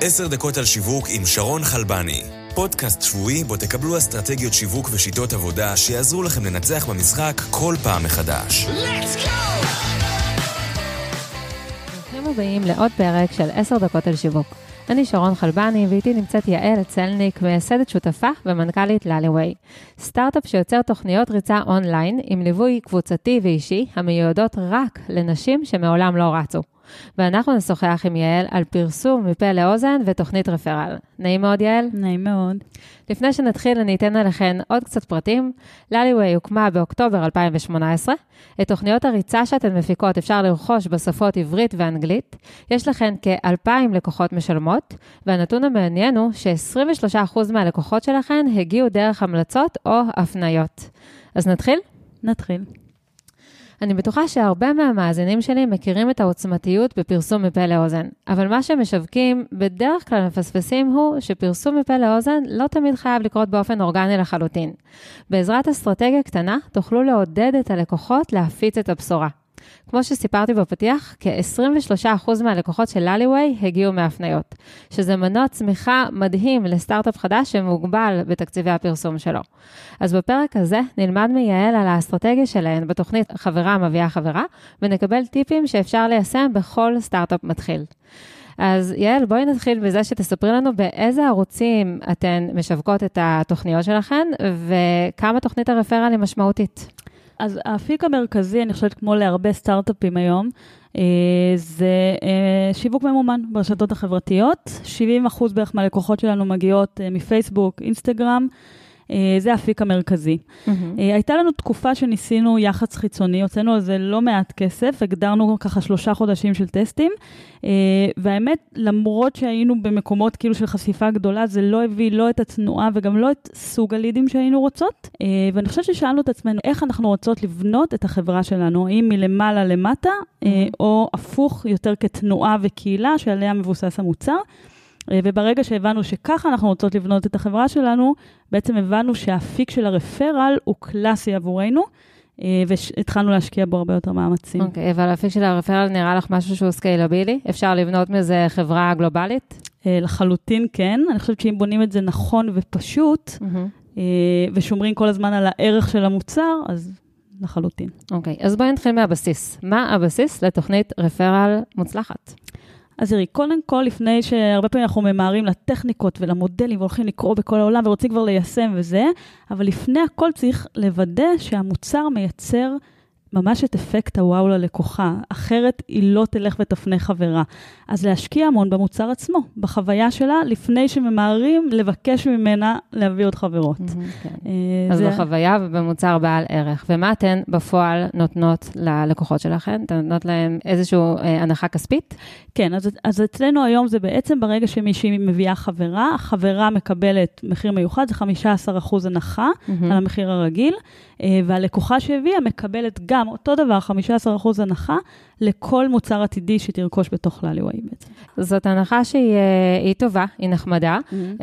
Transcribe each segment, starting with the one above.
10 דקות על שיווק עם שרון חלבני. פודקאסט שבועי בו תקבלו אסטרטגיות שיווק ושיטות עבודה שיעזרו לכם לנצח במשחק כל פעם מחדש. ברוכים הבאים לעוד פרק של 10 דקות על שיווק. אני שרון חלבני ואיתי נמצאת יעל צלניק, מייסדת שותפה ומנכ"לית לאליווי. סטארט-אפ שיוצר תוכניות ריצה אונליין עם ליווי קבוצתי ואישי המיועדות רק לנשים שמעולם לא רצו. ואנחנו נשוחח עם יעל על פרסום מפה לאוזן ותוכנית רפרל. נעים מאוד יעל? נעים מאוד. לפני שנתחיל אני אתן עליכן עוד קצת פרטים. לאליווי הוקמה באוקטובר 2018. את תוכניות הריצה שאתן מפיקות אפשר לרכוש בשפות עברית ואנגלית. יש לכן כ-2,000 לקוחות משלמות, והנתון המעניין הוא ש-23% מהלקוחות שלכן הגיעו דרך המלצות או הפניות. אז נתחיל? נתחיל. אני בטוחה שהרבה מהמאזינים שלי מכירים את העוצמתיות בפרסום מפה לאוזן, אבל מה שמשווקים בדרך כלל מפספסים הוא שפרסום מפה לאוזן לא תמיד חייב לקרות באופן אורגני לחלוטין. בעזרת אסטרטגיה קטנה תוכלו לעודד את הלקוחות להפיץ את הבשורה. כמו שסיפרתי בפתיח, כ-23% מהלקוחות של לאליווי הגיעו מהפניות, שזה מנוע צמיחה מדהים לסטארט-אפ חדש שמוגבל בתקציבי הפרסום שלו. אז בפרק הזה נלמד מיעל על האסטרטגיה שלהן בתוכנית חברה מביאה חברה, ונקבל טיפים שאפשר ליישם בכל סטארט-אפ מתחיל. אז יעל, בואי נתחיל בזה שתספרי לנו באיזה ערוצים אתן משווקות את התוכניות שלכן, וכמה תוכנית הרפרל היא משמעותית. אז האפיק המרכזי, אני חושבת כמו להרבה סטארט-אפים היום, זה שיווק ממומן ברשתות החברתיות. 70% בערך מהלקוחות שלנו מגיעות מפייסבוק, אינסטגרם, זה האפיק המרכזי. הייתה לנו תקופה שניסינו יח"צ חיצוני, הוצאנו על זה לא מעט כסף, הגדרנו ככה 3 חודשים של טסטים, והאמת, למרות שהיינו במקומות כאילו של חשיפה גדולה, זה לא הביא לא את התנועה וגם לא את סוג הלידים שהיינו רוצות, ואני חושבת ששאלנו את עצמנו איך אנחנו רוצות לבנות את החברה שלנו, האם מלמעלה למטה, או הפוך יותר כתנועה וקהילה שעליה מבוסס המוצר, וברגע שהבנו שככה אנחנו רוצות לבנות את החברה שלנו, בעצם הבנו שהאפיק של הרפרל הוא קלאסי עבורנו, והתחלנו להשקיע בו הרבה יותר מאמצים. אוקיי, אבל האפיק של הרפרל נראה לך משהו שהוא סקיילבילי? אפשר לבנות מזה חברה גלובלית? לחלוטין כן. אני חושבת שאם בונים את זה נכון ופשוט, ושומרים כל הזמן על הערך של המוצר, אז לחלוטין. אוקיי, אז בואי נתחיל מהבסיס. מה הבסיס לתוכנית רפרל מוצלחת? אז תראי, קודם כל, לפני שהרבה פעמים אנחנו ממהרים לטכניקות ולמודלים, והולכים לקרוא בכל העולם, ורוצים כבר ליישם וזה, אבל לפני הכל צריך לוודא שהמוצר מייצר ממש את אפקט הוואו ללקוחה, אחרת היא לא תלך ותפנה חברה. אז להשקיע המון במוצר עצמו, בחוויה שלה, לפני שממהרים לבקש ממנה להביא עוד חברות. אז בחוויה ובמוצר בעל ערך. ומה אתן בפועל נותנות ללקוחות שלכם? אתן נותנות להם איזושהי הנחה כספית? כן, אז אצלנו היום זה בעצם ברגע שמישהי מביאה חברה, החברה מקבלת מחיר מיוחד, זה 15% הנחה על המחיר הרגיל, והלקוחה שהביאה מקבלת גם אותו דבר, 15% הנחה, לכל מוצר עתידי שתרכוש בתוך לאליווי בעצם. זאת הנחה שהיא טובה, היא נחמדה.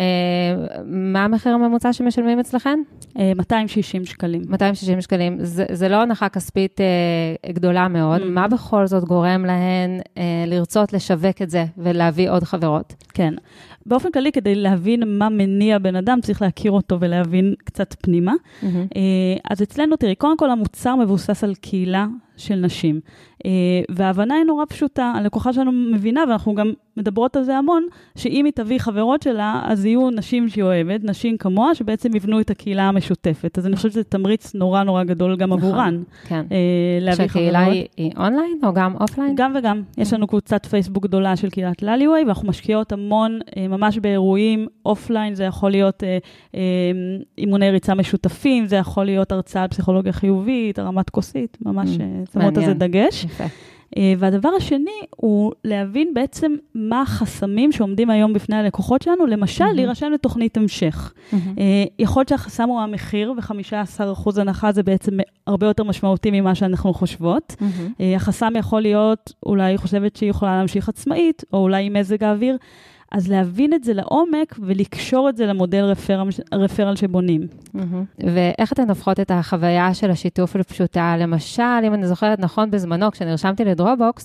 מה המחיר הממוצע שמשלמים אצלכן? 260 שקלים. 260 שקלים. זה לא הנחה כספית גדולה מאוד. מה בכל זאת גורם להן לרצות לשווק את זה ולהביא עוד חברות? כן. באופן כללי, כדי להבין מה מניע בן אדם, צריך להכיר אותו ולהבין קצת פנימה. אז אצלנו, תראי, קודם כל המוצר מבוסס על קהילה של נשים. וההבנה היא נורא פשוטה, הלקוחה שלנו מבינה, ואנחנו גם מדברות על זה המון, שאם היא תביא חברות שלה, אז יהיו נשים שהיא אוהבת, נשים כמוה, שבעצם יבנו את הקהילה המשותפת. אז אני חושבת שזה תמריץ נורא נורא גדול גם עבורן. כן. להביא שהקהילה היא אונליין או גם אופליין? גם וגם. יש לנו קבוצת פייסבוק גדולה של קהילת לאליווי, ואנחנו משקיעות המון, ממש באירועים אופליין, זה יכול להיות אימוני ריצה משותפים, זה יכול להיות הרצאה על פסיכולוגיה חיובית, הרמת כוסית, ממש שמות על זה דגש. והדבר השני הוא להבין בעצם מה החסמים שעומדים היום בפני הלקוחות שלנו, למשל להירשם לתוכנית המשך. יכול להיות שהחסם הוא המחיר, ו15% הנחה זה בעצם הרבה יותר משמעותי ממה שאנחנו חושבות. החסם יכול להיות, אולי היא חושבת שהיא יכולה להמשיך עצמאית, או אולי עם מזג האוויר, אז להבין את זה לעומק ולקשור את זה למודל רפרל שבונים. ואיך אתן הופכות את החוויה של השיתוף לפשוטה? למשל, אם אני זוכרת נכון בזמנו, כשנרשמתי לדרופבוקס,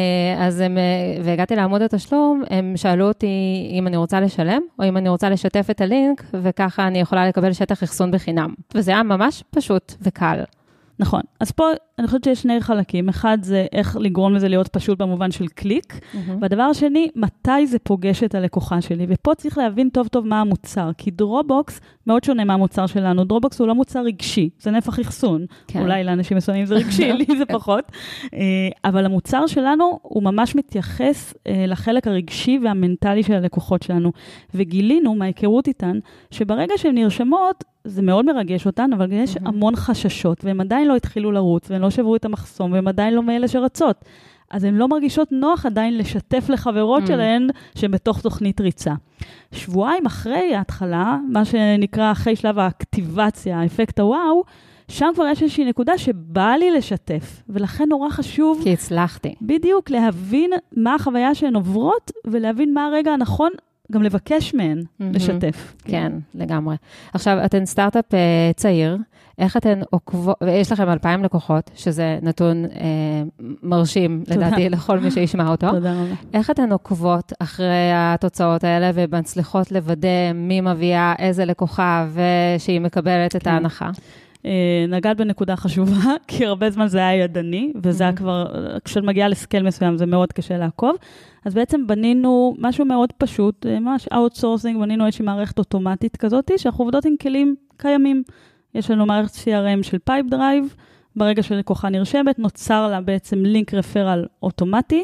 והגעתי לעמוד התשלום, הם שאלו אותי אם אני רוצה לשלם, או אם אני רוצה לשתף את הלינק, וככה אני יכולה לקבל שטח אחסון בחינם. וזה היה ממש פשוט וקל. נכון. אז פה אני חושבת שיש שני חלקים. אחד זה איך לגרום לזה להיות פשוט במובן של קליק, והדבר השני, מתי זה פוגש את הלקוחה שלי. ופה צריך להבין טוב טוב מה המוצר, כי דרופבוקס מאוד שונה מהמוצר שלנו. דרופבוקס הוא לא מוצר רגשי, זה נפח אחסון. אולי לאנשים מסוימים זה רגשי, לי זה פחות. אבל המוצר שלנו הוא ממש מתייחס לחלק הרגשי והמנטלי של הלקוחות שלנו. וגילינו מההיכרות איתן, שברגע שהן נרשמות, זה מאוד מרגש אותן, אבל יש המון חששות, והם עדיין לא התחילו לרוץ, והם לא שברו את המחסום, והם עדיין לא מאלה שרצות. אז הן לא מרגישות נוח עדיין לשתף לחברות שלהן, שהן בתוך תוכנית ריצה. שבועיים אחרי ההתחלה, מה שנקרא אחרי שלב האקטיבציה, האפקט הוואו, שם כבר יש איזושהי נקודה שבא לי לשתף, ולכן נורא חשוב... כי הצלחתי. בדיוק, להבין מה החוויה שהן עוברות, ולהבין מה הרגע הנכון, גם לבקש מהן לשתף. כן, לגמרי. עכשיו, אתן סטארט-אפ צעיר, איך אתן עוקבות, ויש לכם 2,000 לקוחות, שזה נתון מרשים, לדעתי, לכל מי שישמע אותו. תודה רבה. איך אתן עוקבות אחרי התוצאות האלה, ומצליחות לוודא מי מביאה איזה לקוחה, ושהיא מקבלת את ההנחה? נגעת בנקודה חשובה, כי הרבה זמן זה היה ידני, וזה היה כבר, כשאת מגיעה לסקל מסוים, זה מאוד קשה לעקוב. אז בעצם בנינו משהו מאוד פשוט, ממש אאוטסורסינג, בנינו איזושהי מערכת אוטומטית כזאת, שאנחנו עובדות עם כלים קיימים. יש לנו מערכת CRM של פייפ דרייב, ברגע שלקוחה נרשמת, נוצר לה בעצם לינק רפרל אוטומטי,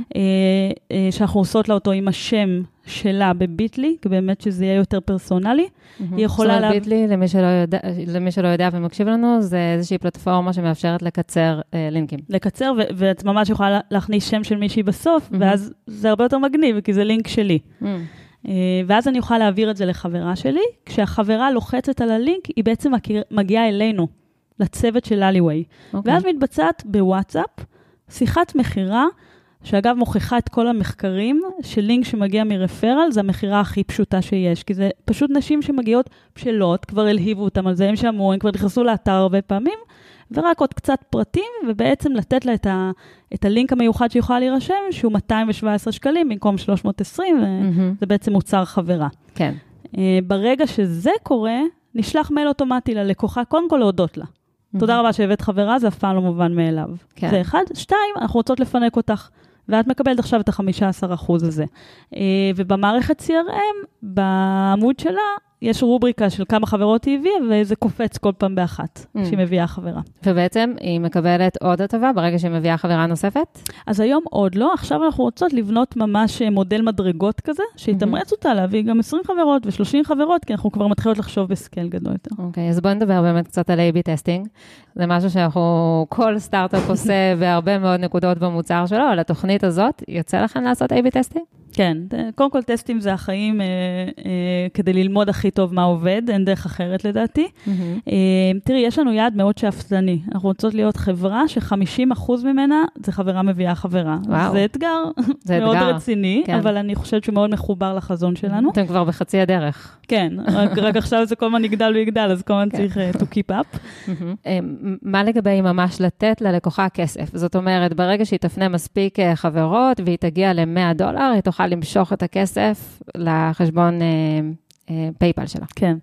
שאנחנו עושות לה אותו עם השם שלה בביטלי, כי באמת שזה יהיה יותר פרסונלי. היא יכולה... זאת אומרת, ביטלי, למי שלא יודע ומקשיב לנו, זה איזושהי פלטפורמה שמאפשרת לקצר לינקים. לקצר, ואת ממש יכולה להכניס שם של מישהי בסוף, ואז זה הרבה יותר מגניב, כי זה לינק שלי. ואז אני יכולה להעביר את זה לחברה שלי, כשהחברה לוחצת על הלינק, היא בעצם מגיעה אלינו, לצוות של אליווי. ואז מתבצעת בוואטסאפ, שיחת מחירה, שאגב מוכיחה את כל המחקרים, של לינק שמגיע מרפרל, זה המחירה הכי פשוטה שיש, כי זה פשוט נשים שמגיעות בשלות, כבר אלהיבו אותם על זה, הם שמעו, הם כבר נכנסו לאתר הרבה פעמים, ורק עוד קצת פרטים, ובעצם לתת לה את הלינק המיוחד שיכולה להירשם, שהוא 217 שקלים, במקום 320, וזה בעצם מוצר חברה. כן. ברגע שזה קורה, נשלח מייל אוטומטי ללקוחה, קודם כל להודות לה. תודה רבה שהבאת חברה, זה אף פעם לא מובן מאליו. זה אחד. 2, אנחנו רוצות לפנק אותך, ואת מקבלת עכשיו את ה-15% הזה. ובמערכת CRM, בעמוד שלה, יש רובריקה של כמה חברות היא הביאה, וזה קופץ כל פעם באחת, שהיא מביאה חברה. ובעצם היא מקבלת עוד הטבה ברגע שהיא מביאה חברה נוספת? אז היום עוד לא, עכשיו אנחנו רוצות לבנות ממש מודל מדרגות כזה, שיתמרץ אותה להביא גם 20 חברות ו30 חברות, כי אנחנו כבר מתחילות לחשוב בסקייל גדול יותר. אוקיי, אז בואו נדבר באמת קצת על A/B טסטינג. זה משהו שאנחנו, כל סטארט-אפ עושה בהרבה מאוד נקודות במוצר שלו, על התוכנית הזאת, יוצא לכם לעשות A/B טסטינג? כן, קודם כל טסטים זה החיים כדי ללמוד הכי טוב מה עובד, אין דרך אחרת לדעתי. תראי, יש לנו יעד מאוד שאפתני. אנחנו רוצות להיות חברה ש50% ממנה זה חברה מביאה חברה. זה אתגר מאוד רציני, אבל אני חושבת שהוא מאוד מחובר לחזון שלנו. אתם כבר בחצי הדרך. כן, רק עכשיו זה כל הזמן יגדל ויגדל, אז כל הזמן צריך to keep up. מה לגבי ממש לתת ללקוחה כסף? זאת אומרת, ברגע שהיא תפנה מספיק חברות והיא תגיע ל$100, היא תוכל למשוך את הכסף לחשבון פייפל שלה. כן.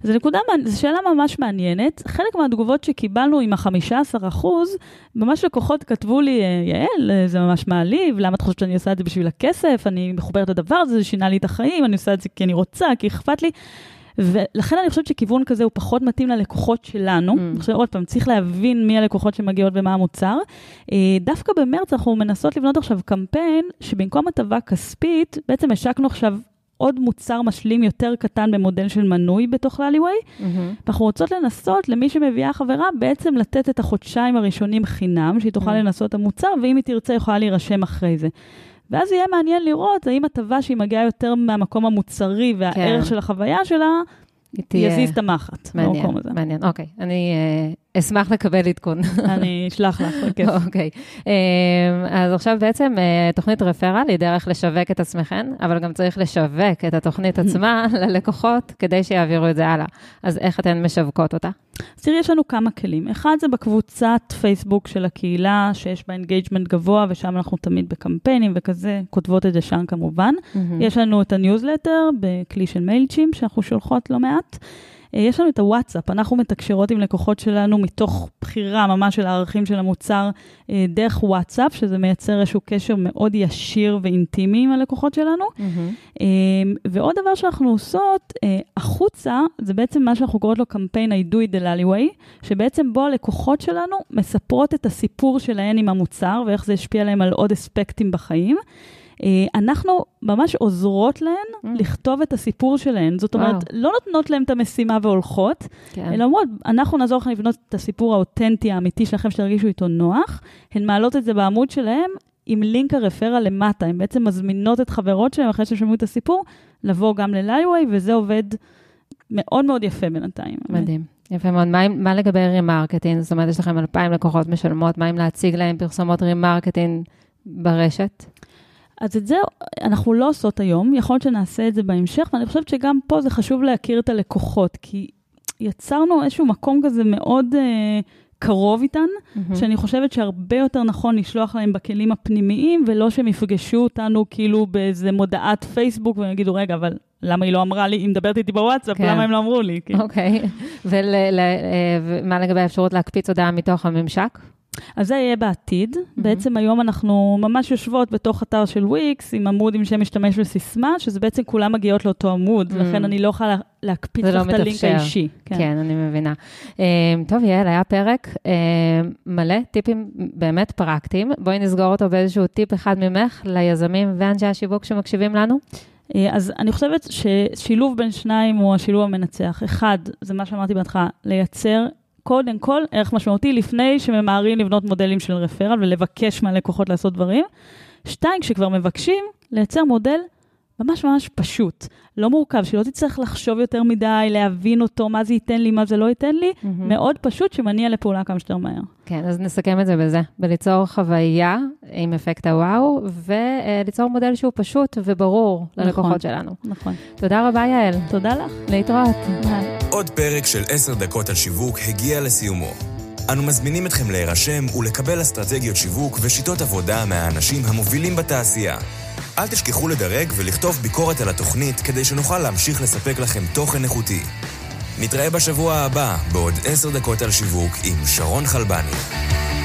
זו שאלה ממש מעניינת. חלק מהתגובות שקיבלנו עם ה-15%, ממש לקוחות כתבו לי, יעל, זה ממש מעליב, למה את חושבת שאני עושה את זה בשביל הכסף? אני מחוברת לדבר הזה, זה שינה לי את החיים, אני עושה את זה כי אני רוצה, כי אכפת לי. ולכן אני חושבת שכיוון כזה הוא פחות מתאים ללקוחות שלנו. עכשיו עוד פעם, צריך להבין מי הלקוחות שמגיעות ומה המוצר. דווקא במרץ אנחנו מנסות לבנות עכשיו קמפיין, שבמקום הטבה כספית, בעצם השקנו עכשיו עוד מוצר משלים יותר קטן במודל של מנוי בתוך לאליווי. ואנחנו רוצות לנסות למי שמביאה חברה, בעצם לתת את החודשיים הראשונים חינם, שהיא תוכל לנסות את המוצר, ואם היא תרצה יכולה להירשם אחרי זה. ואז יהיה מעניין לראות, האם הטבה שהיא מגיעה יותר מהמקום המוצרי, והערך של החוויה שלה, יזיז את המחט. מעניין, מעניין. אוקיי, אני אשמח לקבל עדכון. אני אשלח לך, בכיף. אוקיי. אז עכשיו בעצם תוכנית רפרל היא דרך לשווק את עצמכם, אבל גם צריך לשווק את התוכנית עצמה ללקוחות, כדי שיעבירו את זה הלאה. אז איך אתן משווקות אותה? אז תראי, יש לנו כמה כלים. אחד זה בקבוצת פייסבוק של הקהילה, שיש בה אינגייג'מנט גבוה, ושם אנחנו תמיד בקמפיינים וכזה, כותבות את זה שם כמובן. יש לנו את הניוזלטר בכלי של מיילצ'ים, שאנחנו שולחות לא מעט. יש לנו את הוואטסאפ, אנחנו מתקשרות עם לקוחות שלנו מתוך בחירה ממש של הערכים של המוצר דרך וואטסאפ, שזה מייצר איזשהו קשר מאוד ישיר ואינטימי עם הלקוחות שלנו. ועוד דבר שאנחנו עושות, החוצה, זה בעצם מה שאנחנו קוראות לו קמפיין I do it the alleyway, שבעצם בו הלקוחות שלנו מספרות את הסיפור שלהן עם המוצר, ואיך זה השפיע עליהם על עוד אספקטים בחיים. אנחנו ממש עוזרות להן לכתוב את הסיפור שלהן. זאת אומרת, לא נותנות להן את המשימה והולכות, אלא אומרות, אנחנו נעזור לכם לבנות את הסיפור האותנטי, האמיתי שלכם, שתרגישו איתו נוח. הן מעלות את זה בעמוד שלהן, עם לינק הרפרל למטה. הן בעצם מזמינות את חברות שלהן, אחרי ששמעו את הסיפור, לבוא גם ללייווי, וזה עובד מאוד מאוד יפה בינתיים. מדהים. יפה מאוד. מה לגבי רימרקטינג? זאת אומרת, יש לכם 2,000 לקוחות משלמות, מה אם להציג להם פרסומות רימרקטינג ברשת? אז את זה אנחנו לא עושות היום, יכול להיות שנעשה את זה בהמשך, ואני חושבת שגם פה זה חשוב להכיר את הלקוחות, כי יצרנו איזשהו מקום כזה מאוד קרוב איתן, שאני חושבת שהרבה יותר נכון לשלוח להם בכלים הפנימיים, ולא שהם יפגשו אותנו כאילו באיזה מודעת פייסבוק, והם יגידו, רגע, אבל למה היא לא אמרה לי, היא מדברת איתי בוואטסאפ, למה הם לא אמרו לי? אוקיי, ומה לגבי האפשרות להקפיץ הודעה מתוך הממשק? אז זה יהיה בעתיד. בעצם היום אנחנו ממש יושבות בתוך אתר של וויקס, עם עמוד עם שם משתמש וסיסמה, שזה בעצם כולם מגיעות לאותו עמוד, לכן אני לא יכולה להקפיץ לך את הלינק האישי. כן, אני מבינה. טוב, יעל, היה פרק מלא טיפים באמת פרקטיים. בואי נסגור אותו באיזשהו טיפ אחד ממך ליזמים ואנשי השיווק שמקשיבים לנו. אז אני חושבת ששילוב בין שניים הוא השילוב המנצח. אחד, זה מה שאמרתי בהתחלה, לייצר קודם כל, ערך משמעותי, לפני שממהרים לבנות מודלים של רפרל, ולבקש מהלקוחות לעשות דברים. 2, כשכבר מבקשים, לייצר מודל ממש ממש פשוט. לא מורכב, שלא תצטרך לחשוב יותר מדי, להבין אותו, מה זה ייתן לי, מה זה לא ייתן לי. מאוד פשוט, שמניע לפעולה כמה שיותר מהר. כן, אז נסכם את זה בזה. בליצור חוויה עם אפקט הוואו, וליצור מודל שהוא פשוט וברור ללקוחות שלנו. נכון. תודה רבה, יעל. תודה לך. להתראות. עוד פרק של 10 דקות על שיווק הגיע לסיומו. אנו מזמינים אתכם להירשם ולקבל אסטרטגיות שיווק ושיטות עבודה מהאנשים המובילים בתעשייה. אל תשכחו לדרג ולכתוב ביקורת על התוכנית כדי שנוכל להמשיך לספק לכם תוכן איכותי. נתראה בשבוע הבא בעוד 10 דקות על שיווק עם שרון חלבני.